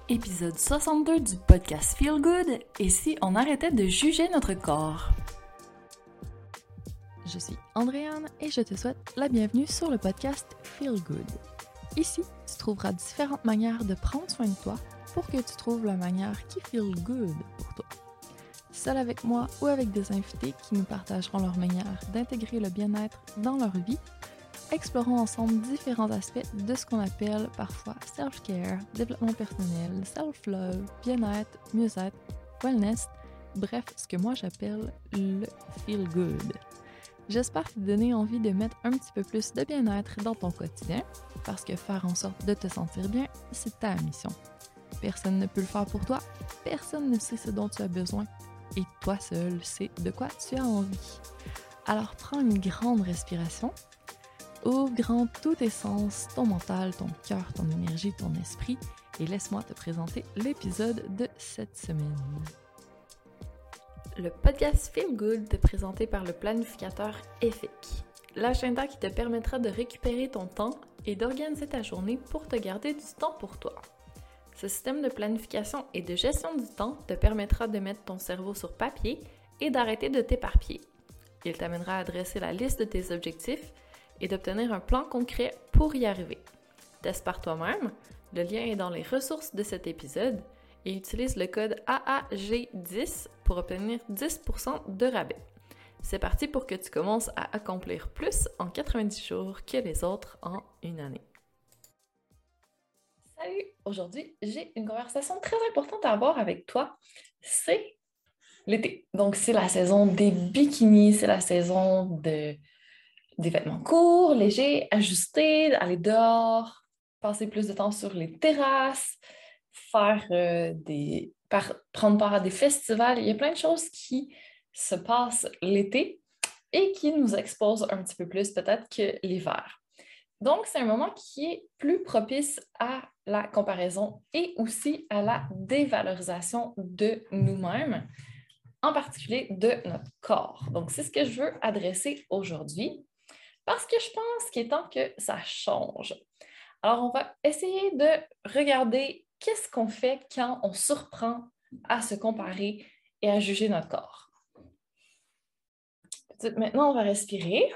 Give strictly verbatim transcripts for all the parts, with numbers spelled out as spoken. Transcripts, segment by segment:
Épisode soixante-deux du podcast Feel Good, et si on arrêtait de juger notre corps? Je suis Andréane et je te souhaite la bienvenue sur le podcast Feel Good. Ici, tu trouveras différentes manières de prendre soin de toi pour que tu trouves la manière qui feel good pour toi. Seul avec moi ou avec des invités qui nous partageront leur manière d'intégrer le bien-être dans leur vie, explorons ensemble différents aspects de ce qu'on appelle parfois self-care, développement personnel, self-love, bien-être, mieux-être, wellness, bref, ce que moi j'appelle le feel good. J'espère te donner envie de mettre un petit peu plus de bien-être dans ton quotidien, parce que faire en sorte de te sentir bien, c'est ta mission. Personne ne peut le faire pour toi, personne ne sait ce dont tu as besoin, et toi seul sais de quoi tu as envie. Alors prends une grande respiration, ouvre grand tous tes sens, ton mental, ton cœur, ton énergie, ton esprit, et laisse-moi te présenter l'épisode de cette semaine. Le podcast Feel Good est présenté par le planificateur Effic, l'agenda qui te permettra de récupérer ton temps et d'organiser ta journée pour te garder du temps pour toi. Ce système de planification et de gestion du temps te permettra de mettre ton cerveau sur papier et d'arrêter de t'éparpiller. Il t'amènera à dresser la liste de tes objectifs et d'obtenir un plan concret pour y arriver. Teste par toi-même, le lien est dans les ressources de cet épisode et utilise le code A A G dix pour obtenir dix pour cent de rabais. C'est parti pour que tu commences à accomplir plus en quatre-vingt-dix jours que les autres en une année. Salut! Aujourd'hui, j'ai une conversation très importante à avoir avec toi. C'est l'été. Donc, c'est la saison des bikinis, c'est la saison de des vêtements courts, légers, ajustés, aller dehors, passer plus de temps sur les terrasses, faire euh, des... Par, prendre part à des festivals. Il y a plein de choses qui se passent l'été et qui nous exposent un petit peu plus peut-être que l'hiver. Donc, c'est un moment qui est plus propice à la comparaison et aussi à la dévalorisation de nous-mêmes, en particulier de notre corps. Donc, c'est ce que je veux adresser aujourd'hui. Parce que je pense qu'il est temps que ça change. Alors, on va essayer de regarder qu'est-ce qu'on fait quand on surprend à se comparer et à juger notre corps. Maintenant, on va respirer.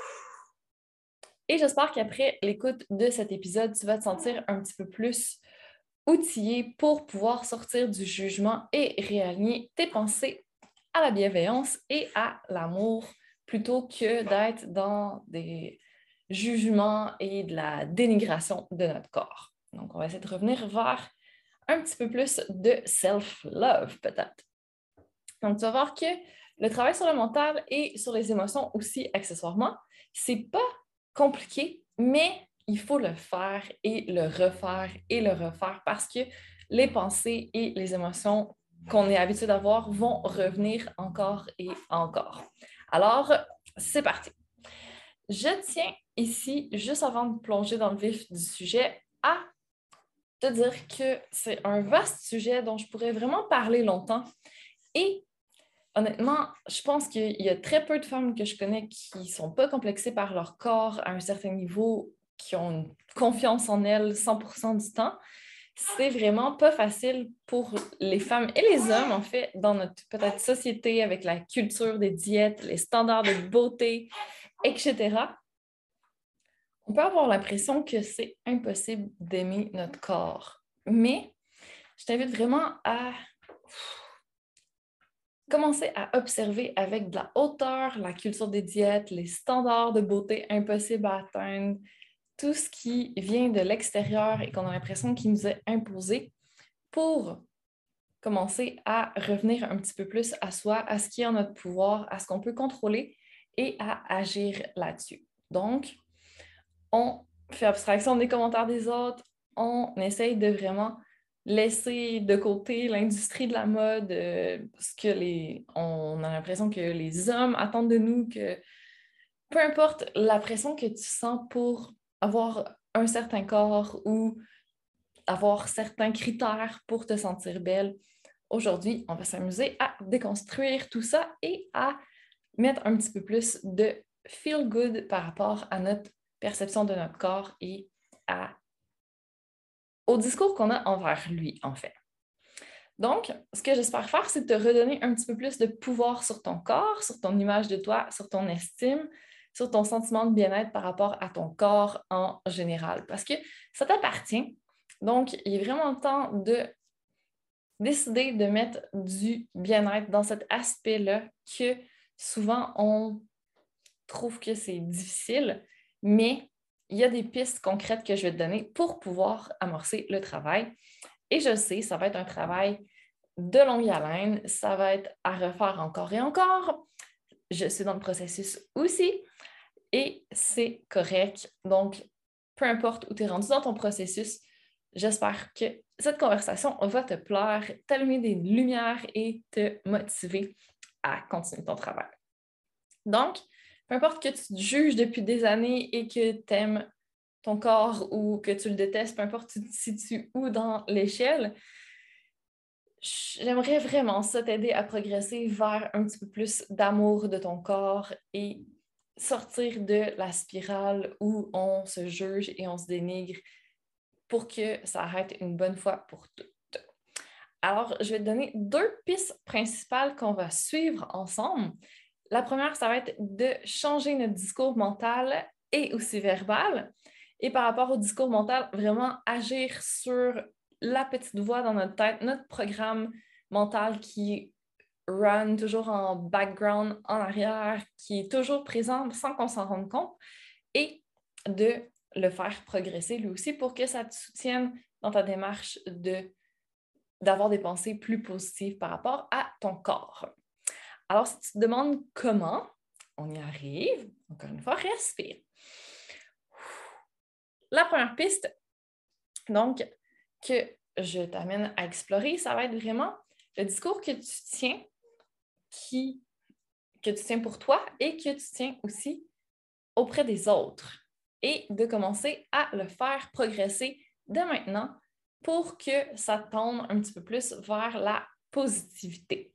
Et j'espère qu'après l'écoute de cet épisode, tu vas te sentir un petit peu plus outillé pour pouvoir sortir du jugement et réaligner tes pensées à la bienveillance et à l'amour, plutôt que d'être dans des jugements et de la dénigration de notre corps. Donc, on va essayer de revenir vers un petit peu plus de self-love, peut-être. Donc, tu vas voir que le travail sur le mental et sur les émotions aussi, accessoirement, c'est pas compliqué, mais il faut le faire et le refaire et le refaire parce que les pensées et les émotions qu'on est habitué d'avoir vont revenir encore et encore. Alors, c'est parti. Je tiens ici, juste avant de plonger dans le vif du sujet, à te dire que c'est un vaste sujet dont je pourrais vraiment parler longtemps. Et honnêtement, je pense qu'il y a très peu de femmes que je connais qui ne sont pas complexées par leur corps à un certain niveau, qui ont une confiance en elles cent pour cent du temps. C'est vraiment pas facile pour les femmes et les hommes, en fait, dans notre peut-être société, avec la culture des diètes, les standards de beauté, et cetera. On peut avoir l'impression que c'est impossible d'aimer notre corps. Mais je t'invite vraiment à commencer à observer avec de la hauteur la culture des diètes, les standards de beauté impossibles à atteindre, tout ce qui vient de l'extérieur et qu'on a l'impression qu'il nous est imposé, pour commencer à revenir un petit peu plus à soi, à ce qui est en notre pouvoir, à ce qu'on peut contrôler et à agir là-dessus. Donc, on fait abstraction des commentaires des autres, on essaye de vraiment laisser de côté l'industrie de la mode, euh, ce que les, on a l'impression que les hommes attendent de nous, que peu importe la pression que tu sens pour avoir un certain corps ou avoir certains critères pour te sentir belle, aujourd'hui, on va s'amuser à déconstruire tout ça et à mettre un petit peu plus de feel good par rapport à notre perception de notre corps et à au discours qu'on a envers lui, en fait. Donc, ce que j'espère faire, c'est de te redonner un petit peu plus de pouvoir sur ton corps, sur ton image de toi, sur ton estime, sur ton sentiment de bien-être par rapport à ton corps en général. Parce que ça t'appartient. Donc, il est vraiment temps de décider de mettre du bien-être dans cet aspect-là que souvent on trouve que c'est difficile, mais il y a des pistes concrètes que je vais te donner pour pouvoir amorcer le travail. Et je sais, ça va être un travail de longue haleine, ça va être à refaire encore et encore. Je suis dans le processus aussi et c'est correct. Donc, peu importe où tu es rendu dans ton processus, j'espère que cette conversation va te plaire, t'allumer des lumières et te motiver à continuer ton travail. Donc, peu importe que tu te juges depuis des années et que tu aimes ton corps ou que tu le détestes, peu importe tu te situes où dans l'échelle, j'aimerais vraiment ça t'aider à progresser vers un petit peu plus d'amour de ton corps et sortir de la spirale où on se juge et on se dénigre pour que ça arrête une bonne fois pour toutes. Alors, je vais te donner deux pistes principales qu'on va suivre ensemble. La première, ça va être de changer notre discours mental et aussi verbal. Et par rapport au discours mental, vraiment agir sur la petite voix dans notre tête, notre programme mental qui run toujours en background, en arrière, qui est toujours présent sans qu'on s'en rende compte, et de le faire progresser lui aussi pour que ça te soutienne dans ta démarche de, d'avoir des pensées plus positives par rapport à ton corps. Alors, si tu te demandes comment, on y arrive. Encore une fois, respire. La première piste, donc, que je t'amène à explorer, ça va être vraiment le discours que tu tiens, qui, que tu tiens pour toi et que tu tiens aussi auprès des autres. Et de commencer à le faire progresser dès maintenant pour que ça tende un petit peu plus vers la positivité.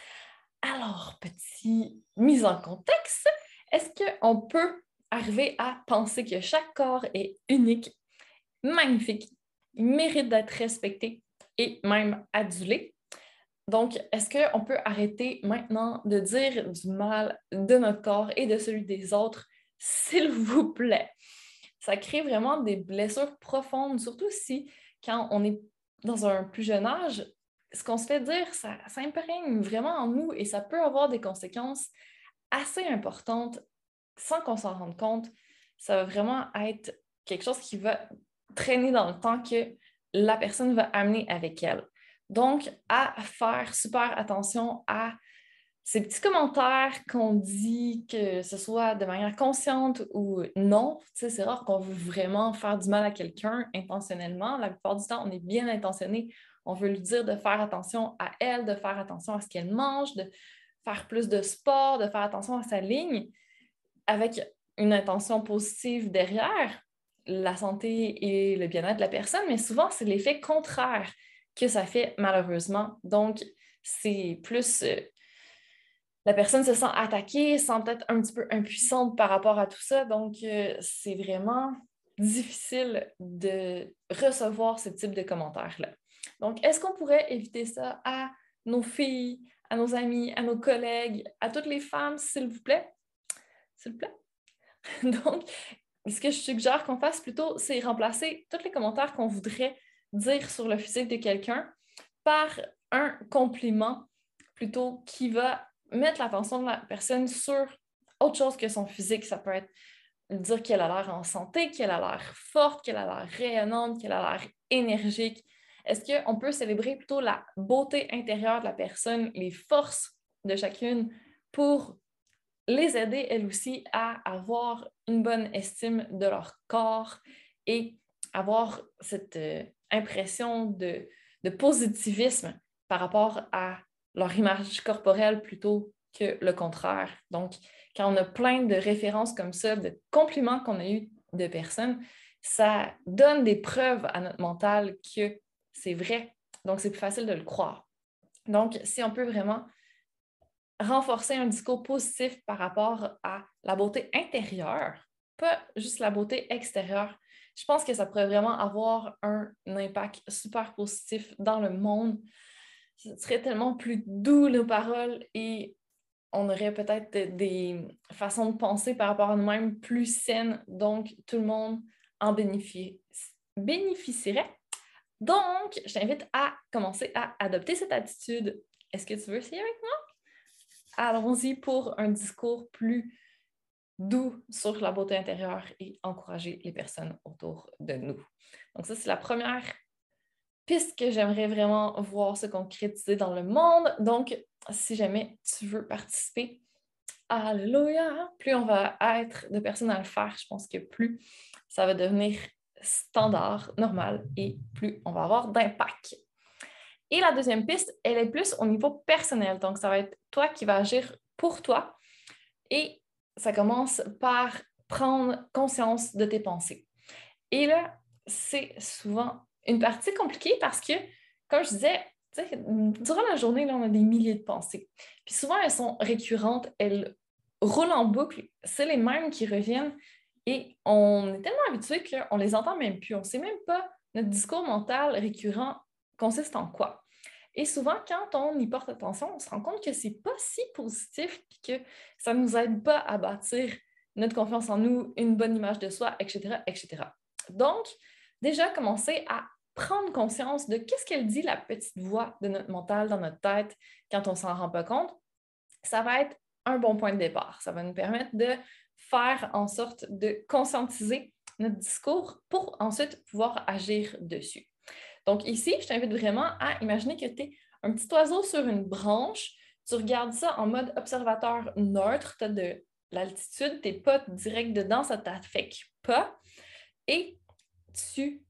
Alors, petite mise en contexte, est-ce qu'on peut arriver à penser que chaque corps est unique, magnifique, mérite d'être respecté et même adulé? Donc, est-ce qu'on peut arrêter maintenant de dire du mal de notre corps et de celui des autres, s'il vous plaît? Ça crée vraiment des blessures profondes, surtout si, quand on est dans un plus jeune âge, ce qu'on se fait dire, ça, ça imprègne vraiment en nous et ça peut avoir des conséquences assez importantes sans qu'on s'en rende compte. Ça va vraiment être quelque chose qui va traîner dans le temps que la personne va amener avec elle. Donc, à faire super attention à ces petits commentaires qu'on dit, que ce soit de manière consciente ou non. Tu sais, c'est rare qu'on veut vraiment faire du mal à quelqu'un intentionnellement. La plupart du temps, on est bien intentionné. On veut lui dire de faire attention à elle, de faire attention à ce qu'elle mange, de faire plus de sport, de faire attention à sa ligne, avec une intention positive derrière, la santé et le bien-être de la personne, mais souvent, c'est l'effet contraire que ça fait malheureusement. Donc, c'est plus... Euh, la personne se sent attaquée, se sent peut-être un petit peu impuissante par rapport à tout ça. Donc, euh, c'est vraiment difficile de recevoir ce type de commentaires-là. Donc, est-ce qu'on pourrait éviter ça à nos filles, à nos amis, à nos collègues, à toutes les femmes, s'il vous plaît? S'il vous plaît? Donc, ce que je suggère qu'on fasse plutôt, c'est remplacer tous les commentaires qu'on voudrait dire sur le physique de quelqu'un par un compliment plutôt qui va mettre l'attention de la personne sur autre chose que son physique. Ça peut être dire qu'elle a l'air en santé, qu'elle a l'air forte, qu'elle a l'air rayonnante, qu'elle a l'air énergique. Est-ce qu'on peut célébrer plutôt la beauté intérieure de la personne, les forces de chacune pour les aider, elles aussi, à avoir une bonne estime de leur corps et avoir cette euh, impression de, de positivisme par rapport à leur image corporelle plutôt que le contraire. Donc, quand on a plein de références comme ça, de compliments qu'on a eus de personnes, ça donne des preuves à notre mental que c'est vrai. Donc, c'est plus facile de le croire. Donc, si on peut vraiment renforcer un discours positif par rapport à la beauté intérieure, pas juste la beauté extérieure, je pense que ça pourrait vraiment avoir un impact super positif dans le monde. Ce serait tellement plus doux, nos paroles, et on aurait peut-être des façons de penser par rapport à nous-mêmes plus saines. Donc, tout le monde en bénéficie, bénéficierait. Donc, je t'invite à commencer à adopter cette attitude. Est-ce que tu veux essayer avec moi? Allons-y pour un discours plus doux sur la beauté intérieure et encourager les personnes autour de nous. Donc ça, c'est la première piste que j'aimerais vraiment voir se concrétiser dans le monde. Donc, si jamais tu veux participer, alléluia, plus on va être de personnes à le faire, je pense que plus ça va devenir standard, normal, et plus on va avoir d'impact. Et la deuxième piste, elle est plus au niveau personnel. Donc, ça va être toi qui vas agir pour toi. Et ça commence par prendre conscience de tes pensées. Et là, c'est souvent une partie compliquée parce que, comme je disais, durant la journée, là, on a des milliers de pensées. Puis souvent, elles sont récurrentes, elles roulent en boucle. C'est les mêmes qui reviennent et on est tellement habitué qu'on ne les entend même plus. On ne sait même pas notre discours mental récurrent consiste en quoi. Et souvent, quand on y porte attention, on se rend compte que c'est pas si positif et que ça ne nous aide pas à bâtir notre confiance en nous, une bonne image de soi, et cetera, et cetera. Donc, déjà, commencer à prendre conscience de qu'est-ce qu'elle dit, la petite voix de notre mental dans notre tête quand on ne s'en rend pas compte, ça va être un bon point de départ. Ça va nous permettre de faire en sorte de conscientiser notre discours pour ensuite pouvoir agir dessus. Donc ici, je t'invite vraiment à imaginer que tu es un petit oiseau sur une branche, tu regardes ça en mode observateur neutre, tu as de l'altitude, tu n'es pas direct dedans, ça ne t'affecte pas, et tu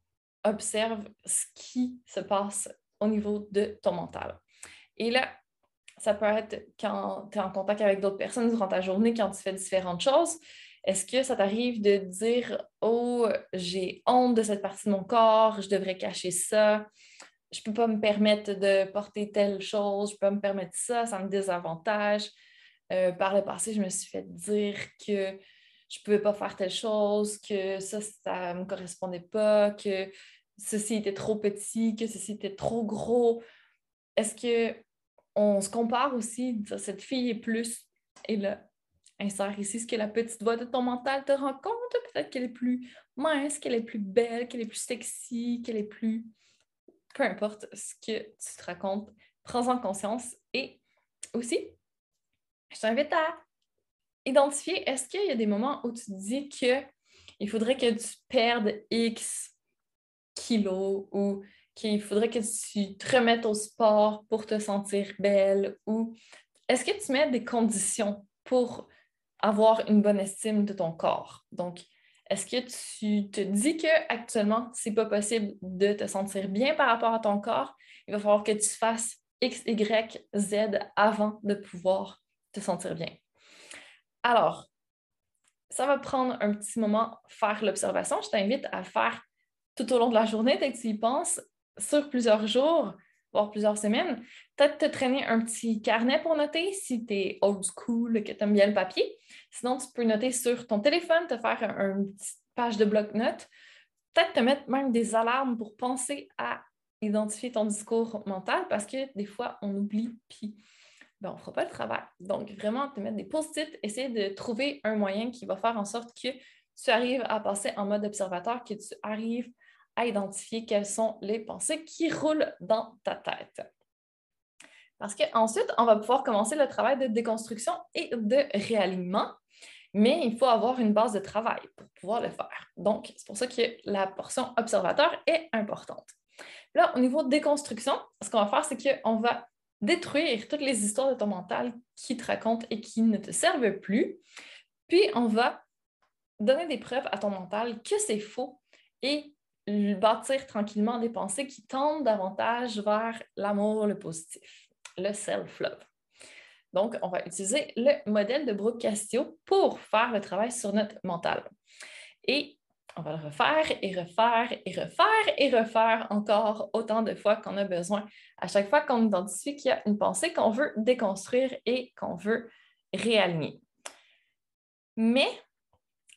observes ce qui se passe au niveau de ton mental. Et là, ça peut être quand tu es en contact avec d'autres personnes durant ta journée, quand tu fais différentes choses. Est-ce que ça t'arrive de dire « Oh, j'ai honte de cette partie de mon corps, je devrais cacher ça, je ne peux pas me permettre de porter telle chose, je peux pas me permettre ça, ça me désavantage. Euh, » Par le passé, je me suis fait dire que je ne pouvais pas faire telle chose, que ça, ça ne me correspondait pas, que ceci était trop petit, que ceci était trop gros. Est-ce qu'on se compare aussi, cette fille est plus, et là, insère ici ce que la petite voix de ton mental te rend compte. Peut-être qu'elle est plus mince, qu'elle est plus belle, qu'elle est plus sexy, qu'elle est plus... Peu importe ce que tu te racontes, prends-en conscience. Et aussi, je t'invite à identifier, est-ce qu'il y a des moments où tu te dis qu'il faudrait que tu perdes X kilos ou qu'il faudrait que tu te remettes au sport pour te sentir belle, ou est-ce que tu mets des conditions pour avoir une bonne estime de ton corps? Donc, est-ce que tu te dis qu'actuellement, ce n'est pas possible de te sentir bien par rapport à ton corps? Il va falloir que tu fasses X, Y, Z avant de pouvoir te sentir bien. Alors, ça va prendre un petit moment faire l'observation. Je t'invite à le faire tout au long de la journée, dès que tu y penses, sur plusieurs jours, voire plusieurs semaines. Peut-être te traîner un petit carnet pour noter si tu es old school, que tu aimes bien le papier. Sinon, tu peux noter sur ton téléphone, te faire un, une petite page de bloc-notes. Peut-être te mettre même des alarmes pour penser à identifier ton discours mental parce que des fois, on oublie puis ben, on ne fera pas le travail. Donc, vraiment, te mettre des post-it, essayer de trouver un moyen qui va faire en sorte que tu arrives à passer en mode observateur, que tu arrives à identifier quelles sont les pensées qui roulent dans ta tête. Parce qu'ensuite, on va pouvoir commencer le travail de déconstruction et de réalignement, mais il faut avoir une base de travail pour pouvoir le faire. Donc, c'est pour ça que la portion observateur est importante. Là, au niveau de déconstruction, ce qu'on va faire, c'est qu'on va détruire toutes les histoires de ton mental qui te racontent et qui ne te servent plus, puis on va donner des preuves à ton mental que c'est faux et bâtir tranquillement des pensées qui tendent davantage vers l'amour, le positif, le self-love. Donc, on va utiliser le modèle de Brooke Castillo pour faire le travail sur notre mental. Et on va le refaire et refaire et refaire et refaire encore autant de fois qu'on a besoin. À chaque fois qu'on identifie qu'il y a une pensée qu'on veut déconstruire et qu'on veut réaligner. Mais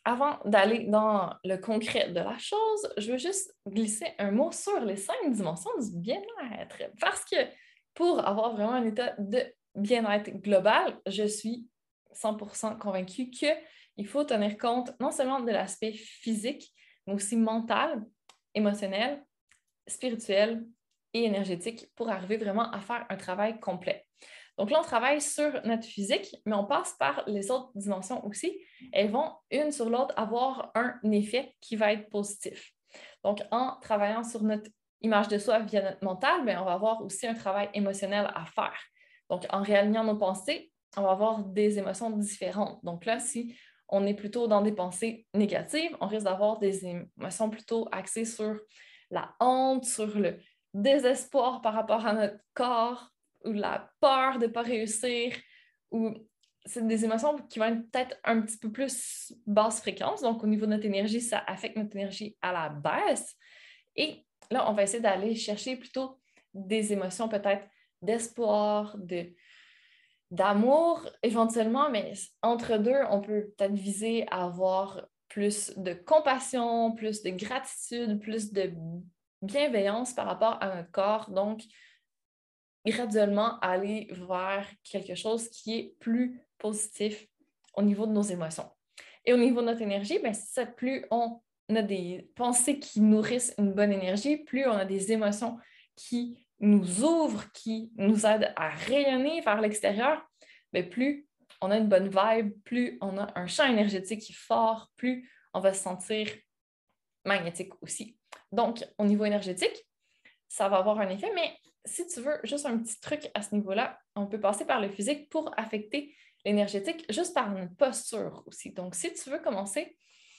avant d'aller dans le concret de la chose, je veux juste glisser un mot sur les cinq dimensions du bien-être. Parce que pour avoir vraiment un état de bien-être global, je suis cent pour cent convaincue qu'il faut tenir compte non seulement de l'aspect physique, mais aussi mental, émotionnel, spirituel et énergétique pour arriver vraiment à faire un travail complet. Donc là, on travaille sur notre physique, mais on passe par les autres dimensions aussi. Elles vont, une sur l'autre, avoir un effet qui va être positif. Donc, en travaillant sur notre image de soi via notre mental, bien, on va avoir aussi un travail émotionnel à faire. Donc, en réalignant nos pensées, on va avoir des émotions différentes. Donc là, si on est plutôt dans des pensées négatives, on risque d'avoir des émotions plutôt axées sur la honte, sur le désespoir par rapport à notre corps, ou la peur de ne pas réussir, ou c'est des émotions qui vont être peut-être un petit peu plus basse fréquence. Donc, au niveau de notre énergie, ça affecte notre énergie à la baisse. Et là, on va essayer d'aller chercher plutôt des émotions peut-être d'espoir, de, d'amour éventuellement, mais entre deux, on peut peut-être viser à avoir plus de compassion, plus de gratitude, plus de bienveillance par rapport à notre corps. Donc, graduellement aller vers quelque chose qui est plus positif au niveau de nos émotions. Et au niveau de notre énergie, bien, ça, plus on a des pensées qui nourrissent une bonne énergie, plus on a des émotions qui nous ouvrent, qui nous aident à rayonner vers l'extérieur, bien, plus on a une bonne vibe, plus on a un champ énergétique fort, plus on va se sentir magnétique aussi. Donc, au niveau énergétique, ça va avoir un effet, mais si tu veux juste un petit truc à ce niveau-là, on peut passer par le physique pour affecter l'énergétique juste par notre posture aussi. Donc, si tu veux commencer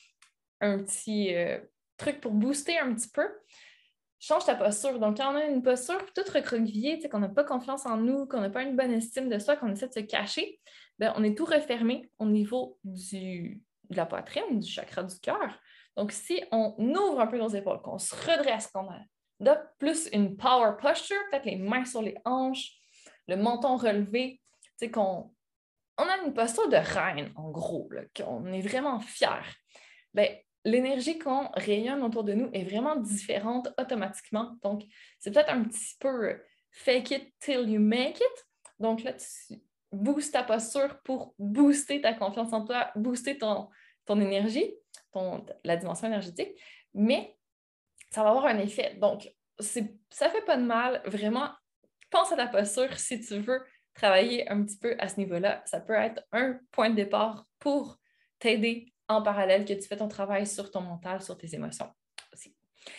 un petit euh, truc pour booster un petit peu, change ta posture. Donc, quand on a une posture toute recroquevillée, qu'on n'a pas confiance en nous, qu'on n'a pas une bonne estime de soi, qu'on essaie de se cacher, bien, on est tout refermé au niveau du, de la poitrine, du chakra du cœur. Donc, si on ouvre un peu nos épaules, qu'on se redresse, qu'on adopte plus une power posture, peut-être les mains sur les hanches, le menton relevé, tu sais, qu'on on a une posture de reine, en gros, là, qu'on est vraiment fier. Bien, l'énergie qu'on rayonne autour de nous est vraiment différente automatiquement. Donc, c'est peut-être un petit peu fake it till you make it. Donc là, tu boostes ta posture pour booster ta confiance en toi, booster ton, ton énergie, ton, la dimension énergétique, mais ça va avoir un effet. Donc, c'est, ça ne fait pas de mal. Vraiment, pense à ta posture si tu veux travailler un petit peu à ce niveau-là. Ça peut être un point de départ pour t'aider en parallèle que tu fais ton travail sur ton mental, sur tes émotions aussi.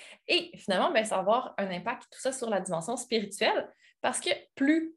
Et finalement, bien, ça va avoir un impact, tout ça, sur la dimension spirituelle, parce que plus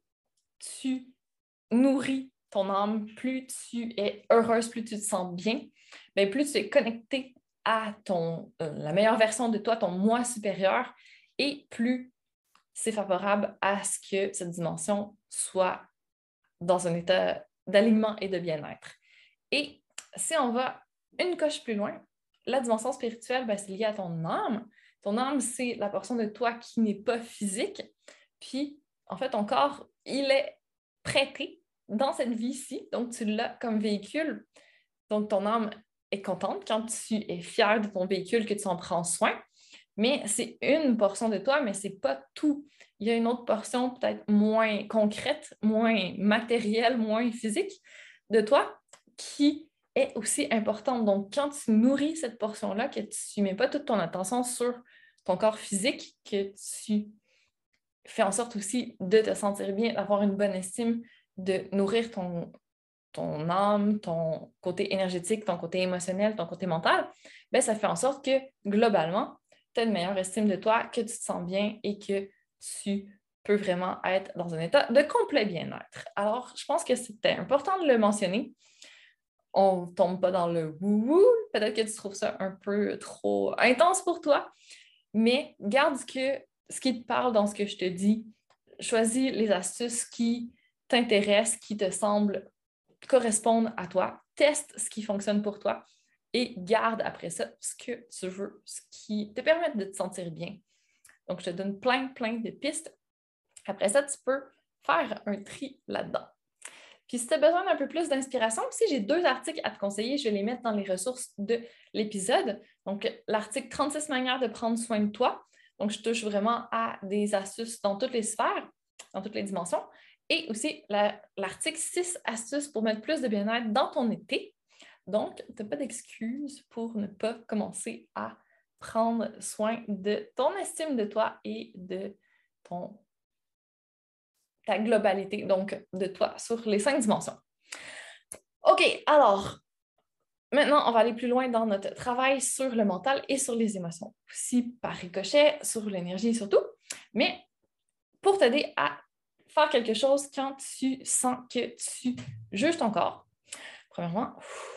tu nourris ton âme, plus tu es heureuse, plus tu te sens bien, bien plus tu es connecté à ton, euh, la meilleure version de toi, ton moi supérieur, et plus c'est favorable à ce que cette dimension soit dans un état d'alignement et de bien-être. Et si on va une coche plus loin, la dimension spirituelle, ben, c'est lié à ton âme. Ton âme, c'est la portion de toi qui n'est pas physique. Puis, en fait, ton corps, il est prêté dans cette vie-ci. Donc, tu l'as comme véhicule. Donc, ton âme est contente quand tu es fier de ton véhicule, que tu en prends soin. Mais c'est une portion de toi, mais ce n'est pas tout. Il y a une autre portion peut-être moins concrète, moins matérielle, moins physique de toi qui est aussi importante. Donc, quand tu nourris cette portion-là, que tu ne mets pas toute ton attention sur ton corps physique, que tu fais en sorte aussi de te sentir bien, d'avoir une bonne estime, de nourrir ton, ton âme, ton côté énergétique, ton côté émotionnel, ton côté mental, bien, ça fait en sorte que globalement, tu as une meilleure estime de toi, que tu te sens bien et que tu peux vraiment être dans un état de complet bien-être. Alors, je pense que c'était important de le mentionner. On ne tombe pas dans le wouhou. Peut-être que tu trouves ça un peu trop intense pour toi, mais garde ce, que, ce qui te parle dans ce que je te dis. Choisis les astuces qui t'intéressent, qui te semblent correspondre à toi. Teste ce qui fonctionne pour toi et garde après ça ce que tu veux, ce qui te permet de te sentir bien. Donc, je te donne plein, plein de pistes. Après ça, tu peux faire un tri là-dedans. Puis si tu as besoin d'un peu plus d'inspiration, aussi, j'ai deux articles à te conseiller. Je vais les mettre dans les ressources de l'épisode. Donc, l'article trente-six manières de prendre soin de toi. Donc, je touche vraiment à des astuces dans toutes les sphères, dans toutes les dimensions. Et aussi la, l'article six astuces pour mettre plus de bien-être dans ton été. Donc, tu n'as pas d'excuse pour ne pas commencer à prendre soin de ton estime de toi et de ton, ta globalité, donc de toi sur les cinq dimensions. OK, alors, maintenant, on va aller plus loin dans notre travail sur le mental et sur les émotions. Aussi par ricochet, sur l'énergie surtout, mais pour t'aider à faire quelque chose quand tu sens que tu juges ton corps. Premièrement,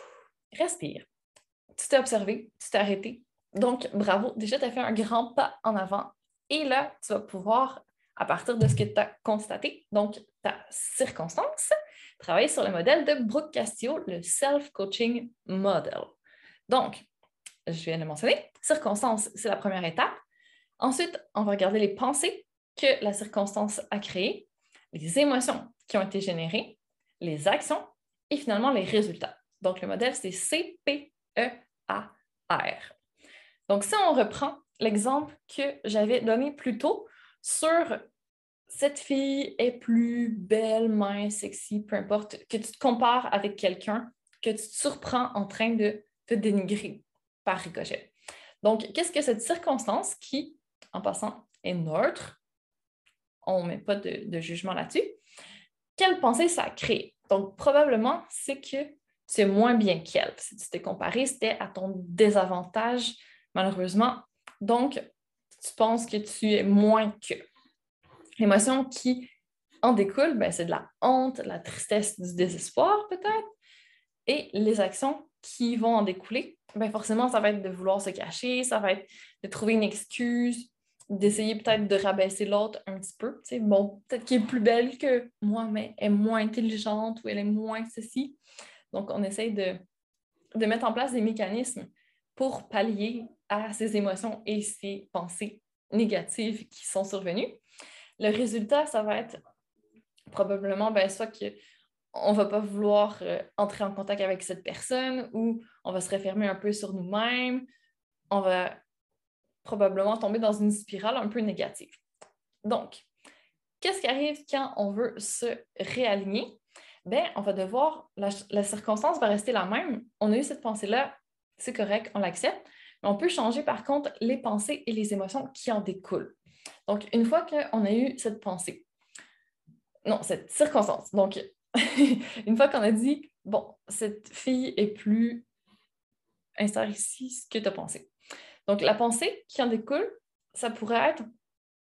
respire. Tu t'es observé, tu t'es arrêté. Donc, bravo, déjà, tu as fait un grand pas en avant. Et là, tu vas pouvoir, à partir de ce que tu as constaté, donc ta circonstance, travailler sur le modèle de Brooke Castillo, le Self-Coaching Model. Donc, je viens de le mentionner, circonstance, c'est la première étape. Ensuite, on va regarder les pensées que la circonstance a créées, les émotions qui ont été générées, les actions et finalement les résultats. Donc, le modèle, c'est C P E A R. Donc, si on reprend l'exemple que j'avais donné plus tôt sur cette fille est plus belle, mince, sexy, peu importe, que tu te compares avec quelqu'un, que tu te surprends en train de te dénigrer par ricochet. Donc, qu'est-ce que cette circonstance qui, en passant, est neutre, on ne met pas de, de jugement là-dessus, quelle pensée ça a créé? Donc, probablement, c'est que tu es moins bien qu'elle. Si tu t'es comparé, c'était à ton désavantage, malheureusement. Donc, tu penses que tu es moins que. L'émotion qui en découle, ben, c'est de la honte, de la tristesse, du désespoir peut-être. Et les actions qui vont en découler, ben, forcément, ça va être de vouloir se cacher, ça va être de trouver une excuse, d'essayer peut-être de rabaisser l'autre un petit peu. Tu sais, bon, peut-être qu'elle est plus belle que moi, mais elle est moins intelligente ou elle est moins ceci. Donc, on essaye de, de mettre en place des mécanismes pour pallier à ces émotions et ces pensées négatives qui sont survenues. Le résultat, ça va être probablement ben, soit qu'on ne va pas vouloir euh, entrer en contact avec cette personne ou on va se refermer un peu sur nous-mêmes. On va probablement tomber dans une spirale un peu négative. Donc, qu'est-ce qui arrive quand on veut se réaligner? Bien, on va devoir, la, la circonstance va rester la même. On a eu cette pensée-là, c'est correct, on l'accepte, mais on peut changer par contre les pensées et les émotions qui en découlent. Donc, une fois qu'on a eu cette pensée, non, cette circonstance, donc, une fois qu'on a dit, bon, cette fille est plus, insère ici ce que tu as pensé. Donc, la pensée qui en découle, ça pourrait être,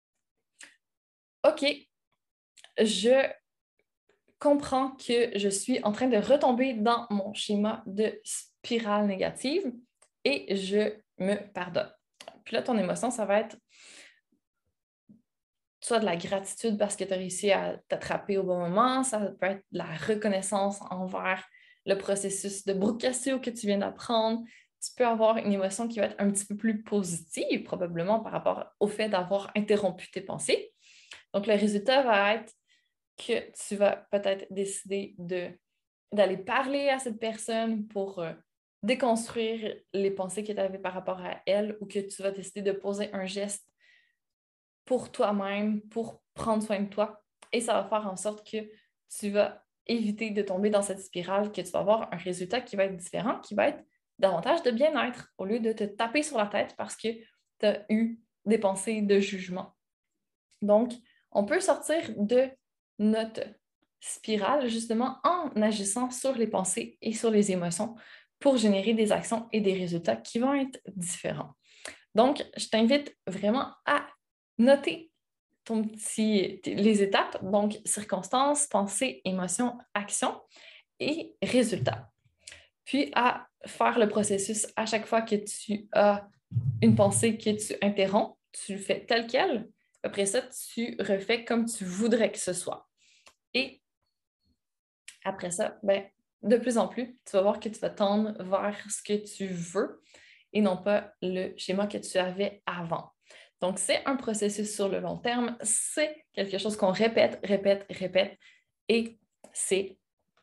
OK, je comprends que je suis en train de retomber dans mon schéma de spirale négative et je me pardonne. Puis là, ton émotion, ça va être soit de la gratitude parce que tu as réussi à t'attraper au bon moment, ça peut être de la reconnaissance envers le processus de Brooke Castillo que tu viens d'apprendre. Tu peux avoir une émotion qui va être un petit peu plus positive, probablement par rapport au fait d'avoir interrompu tes pensées. Donc, le résultat va être que tu vas peut-être décider de, d'aller parler à cette personne pour euh, déconstruire les pensées que tu avais par rapport à elle ou que tu vas décider de poser un geste pour toi-même, pour prendre soin de toi. Et ça va faire en sorte que tu vas éviter de tomber dans cette spirale, que tu vas avoir un résultat qui va être différent, qui va être davantage de bien-être au lieu de te taper sur la tête parce que tu as eu des pensées de jugement. Donc, on peut sortir de notre spirale justement en agissant sur les pensées et sur les émotions pour générer des actions et des résultats qui vont être différents. Donc, je t'invite vraiment à noter ton petit, les étapes, donc circonstances, pensées, émotions, actions et résultats. Puis à faire le processus à chaque fois que tu as une pensée que tu interromps, tu le fais tel quel. Après ça, tu refais comme tu voudrais que ce soit. Et après ça, ben, de plus en plus, tu vas voir que tu vas tendre vers ce que tu veux et non pas le schéma que tu avais avant. Donc, c'est un processus sur le long terme. C'est quelque chose qu'on répète, répète, répète et c'est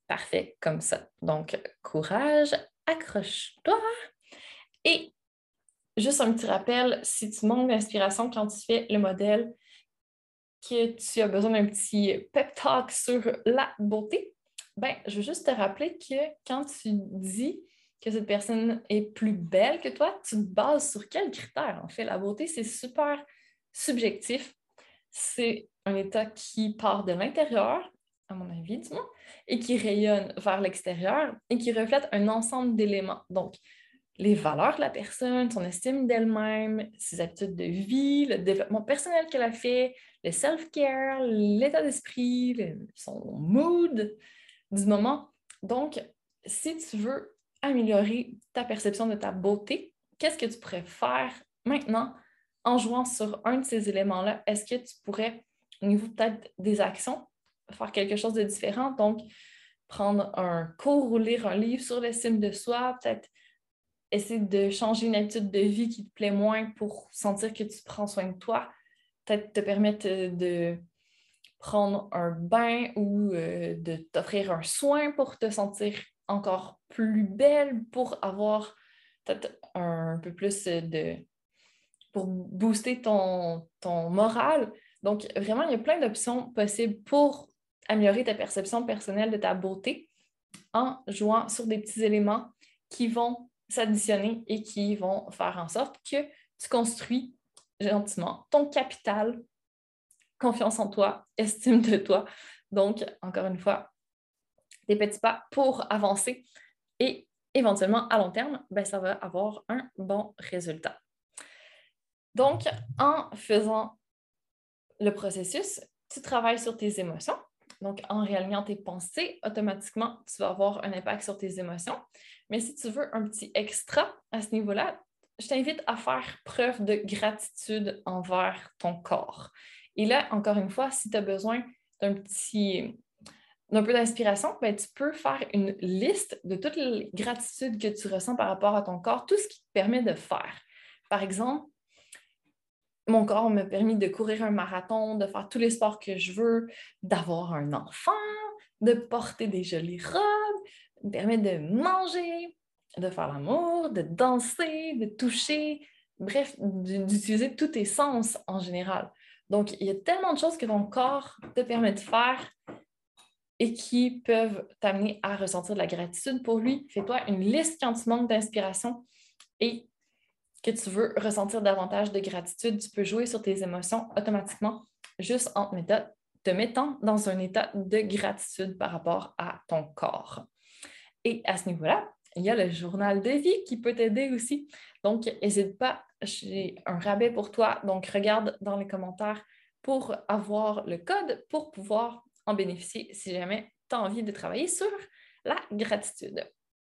Parfait, comme ça. Donc, courage, accroche-toi. Et juste un petit rappel, si tu manques d'inspiration quand tu fais le modèle, que tu as besoin d'un petit pep talk sur la beauté, ben, je veux juste te rappeler que quand tu dis que cette personne est plus belle que toi, tu te bases sur quels critères? En fait, la beauté, c'est super subjectif. C'est un état qui part de l'intérieur, à mon avis, du moins, et qui rayonne vers l'extérieur et qui reflète un ensemble d'éléments. Donc, les valeurs de la personne, son estime d'elle-même, ses habitudes de vie, le développement personnel qu'elle a fait, le self-care, l'état d'esprit, le- son mood du moment. Donc, si tu veux améliorer ta perception de ta beauté, qu'est-ce que tu pourrais faire maintenant en jouant sur un de ces éléments-là? Est-ce que tu pourrais, au niveau peut-être des actions, faire quelque chose de différent? Donc, prendre un cours ou lire un livre sur l'estime de soi, peut-être essayer de changer une habitude de vie qui te plaît moins pour sentir que tu prends soin de toi, peut-être te permettre de prendre un bain ou euh, de t'offrir un soin pour te sentir encore plus belle, pour avoir peut-être un peu plus de... pour booster ton, ton moral. Donc, vraiment, il y a plein d'options possibles pour améliorer ta perception personnelle de ta beauté en jouant sur des petits éléments qui vont s'additionner et qui vont faire en sorte que tu construis gentiment ton capital, confiance en toi, estime de toi. Donc, encore une fois, des petits pas pour avancer et éventuellement, à long terme, ben, ça va avoir un bon résultat. Donc, en faisant le processus, tu travailles sur tes émotions. Donc, en réalignant tes pensées, automatiquement, tu vas avoir un impact sur tes émotions. Mais si tu veux un petit extra à ce niveau-là, je t'invite à faire preuve de gratitude envers ton corps. Et là, encore une fois, si tu as besoin d'un petit, d'un peu d'inspiration, ben, tu peux faire une liste de toutes les gratitudes que tu ressens par rapport à ton corps, tout ce qui te permet de faire. Par exemple, mon corps m'a permis de courir un marathon, de faire tous les sports que je veux, d'avoir un enfant, de porter des jolies robes, me permet de manger, de faire l'amour, de danser, de toucher, bref, d'utiliser tous tes sens en général. Donc, il y a tellement de choses que ton corps te permet de faire et qui peuvent t'amener à ressentir de la gratitude pour lui. Fais-toi une liste quand tu manques d'inspiration et que tu veux ressentir davantage de gratitude, tu peux jouer sur tes émotions automatiquement juste en te mettant dans un état de gratitude par rapport à ton corps. Et à ce niveau-là, il y a le journal de vie qui peut t'aider aussi. Donc, n'hésite pas, j'ai un rabais pour toi. Donc, regarde dans les commentaires pour avoir le code pour pouvoir en bénéficier si jamais tu as envie de travailler sur la gratitude.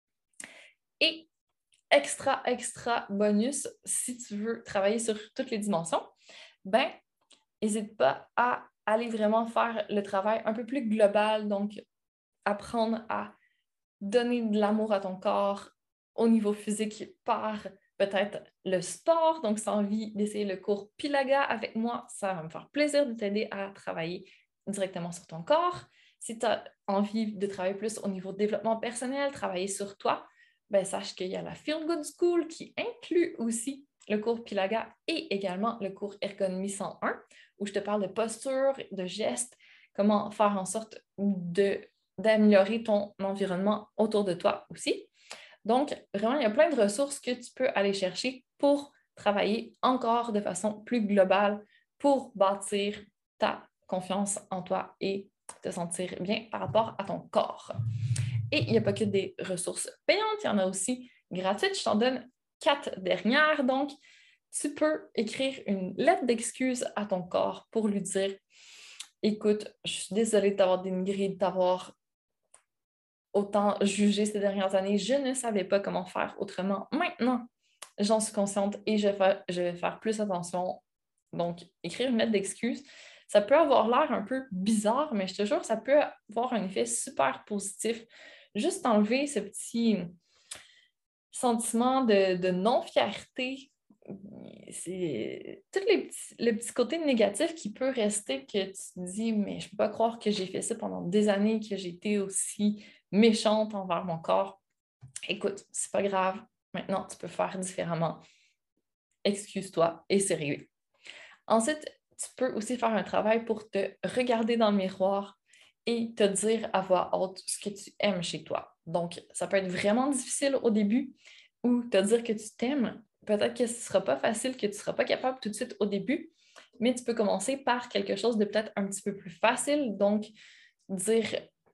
Et extra, extra bonus, si tu veux travailler sur toutes les dimensions, ben, n'hésite pas à aller vraiment faire le travail un peu plus global, donc apprendre à donner de l'amour à ton corps au niveau physique par peut-être le sport. Donc, si tu as envie d'essayer le cours Pilaga avec moi, ça va me faire plaisir de t'aider à travailler directement sur ton corps. Si tu as envie de travailler plus au niveau développement personnel, travailler sur toi, ben, sache qu'il y a la Feel Good School qui inclut aussi le cours Pilaga et également le cours Ergonomie cent un, où je te parle de posture, de gestes, comment faire en sorte de, d'améliorer ton environnement autour de toi aussi. Donc, vraiment, il y a plein de ressources que tu peux aller chercher pour travailler encore de façon plus globale pour bâtir ta confiance en toi et te sentir bien par rapport à ton corps. Et il n'y a pas que des ressources payantes, il y en a aussi gratuites. Je t'en donne quatre dernières. Donc, tu peux écrire une lettre d'excuse à ton corps pour lui dire « Écoute, je suis désolée de t'avoir dénigré, de t'avoir autant jugé ces dernières années. Je ne savais pas comment faire autrement. Maintenant, j'en suis consciente et je vais faire, je vais faire plus attention. » Donc, écrire une lettre d'excuse, ça peut avoir l'air un peu bizarre, mais je te jure, ça peut avoir un effet super positif. Juste enlever ce petit sentiment de, de non-fierté. C'est tout les petits, le petit côté négatif qui peut rester, que tu te dis, mais je ne peux pas croire que j'ai fait ça pendant des années, que j'ai été aussi méchante envers mon corps. Écoute, c'est pas grave. Maintenant, tu peux faire différemment. Excuse-toi et c'est réglé. Ensuite, tu peux aussi faire un travail pour te regarder dans le miroir et te dire à voix haute ce que tu aimes chez toi. Donc, ça peut être vraiment difficile au début ou te dire que tu t'aimes. Peut-être que ce ne sera pas facile, que tu ne seras pas capable tout de suite au début, mais tu peux commencer par quelque chose de peut-être un petit peu plus facile. Donc, dire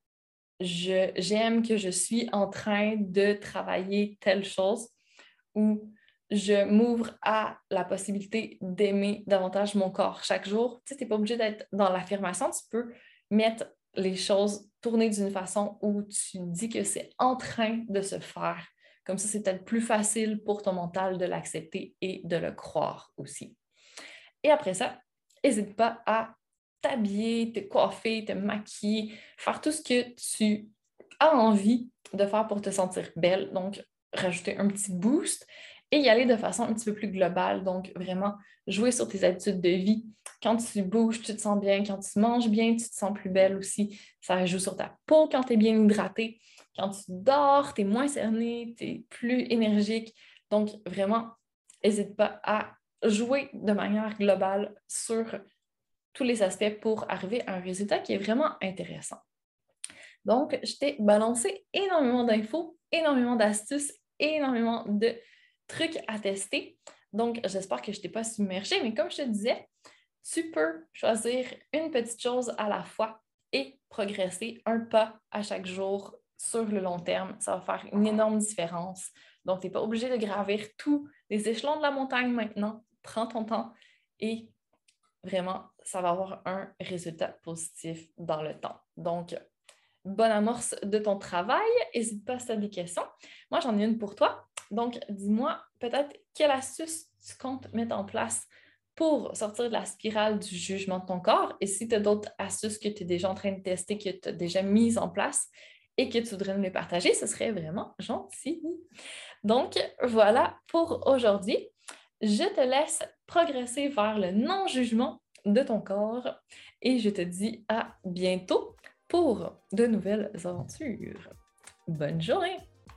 je, j'aime que je suis en train de travailler telle chose ou je m'ouvre à la possibilité d'aimer davantage mon corps chaque jour. Tu sais, tu n'es pas obligé d'être dans l'affirmation, tu peux mettre les choses tournées d'une façon où tu dis que c'est en train de se faire. Comme ça, c'est peut-être plus facile pour ton mental de l'accepter et de le croire aussi. Et après ça, n'hésite pas à t'habiller, te coiffer, te maquiller, faire tout ce que tu as envie de faire pour te sentir belle. Donc, rajouter un petit boost et y aller de façon un petit peu plus globale. Donc, vraiment jouer sur tes habitudes de vie. Quand tu bouges, tu te sens bien. Quand tu manges bien, tu te sens plus belle aussi. Ça joue sur ta peau quand tu es bien hydratée. Quand tu dors, tu es moins cerné, tu es plus énergique. Donc, vraiment, n'hésite pas à jouer de manière globale sur tous les aspects pour arriver à un résultat qui est vraiment intéressant. Donc, je t'ai balancé énormément d'infos, énormément d'astuces, énormément de trucs à tester. Donc, j'espère que je ne t'ai pas submergée, mais comme je te disais, tu peux choisir une petite chose à la fois et progresser un pas à chaque jour sur le long terme. Ça va faire une énorme différence. Donc, tu n'es pas obligé de gravir tous les échelons de la montagne maintenant. Prends ton temps et vraiment, ça va avoir un résultat positif dans le temps. Donc, bonne amorce de ton travail. N'hésite pas si tu as des questions. Moi, j'en ai une pour toi. Donc, dis-moi peut-être quelle astuce tu comptes mettre en place pour sortir de la spirale du jugement de ton corps. Et si tu as d'autres astuces que tu es déjà en train de tester, que tu as déjà mises en place et que tu voudrais nous les partager, ce serait vraiment gentil. Donc, voilà pour aujourd'hui. Je te laisse progresser vers le non-jugement de ton corps et je te dis à bientôt pour de nouvelles aventures. Bonne journée!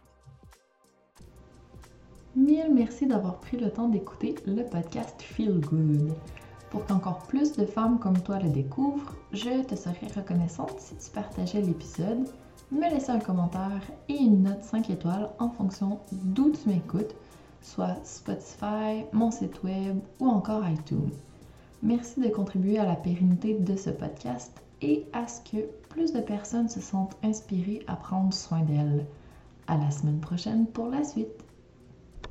Mille merci d'avoir pris le temps d'écouter le podcast Feel Good. Pour qu'encore plus de femmes comme toi le découvrent, je te serais reconnaissante si tu partageais l'épisode, me laissais un commentaire et une note cinq étoiles en fonction d'où tu m'écoutes, soit Spotify, mon site web ou encore iTunes. Merci de contribuer à la pérennité de ce podcast et à ce que plus de personnes se sentent inspirées à prendre soin d'elles. À la semaine prochaine pour la suite!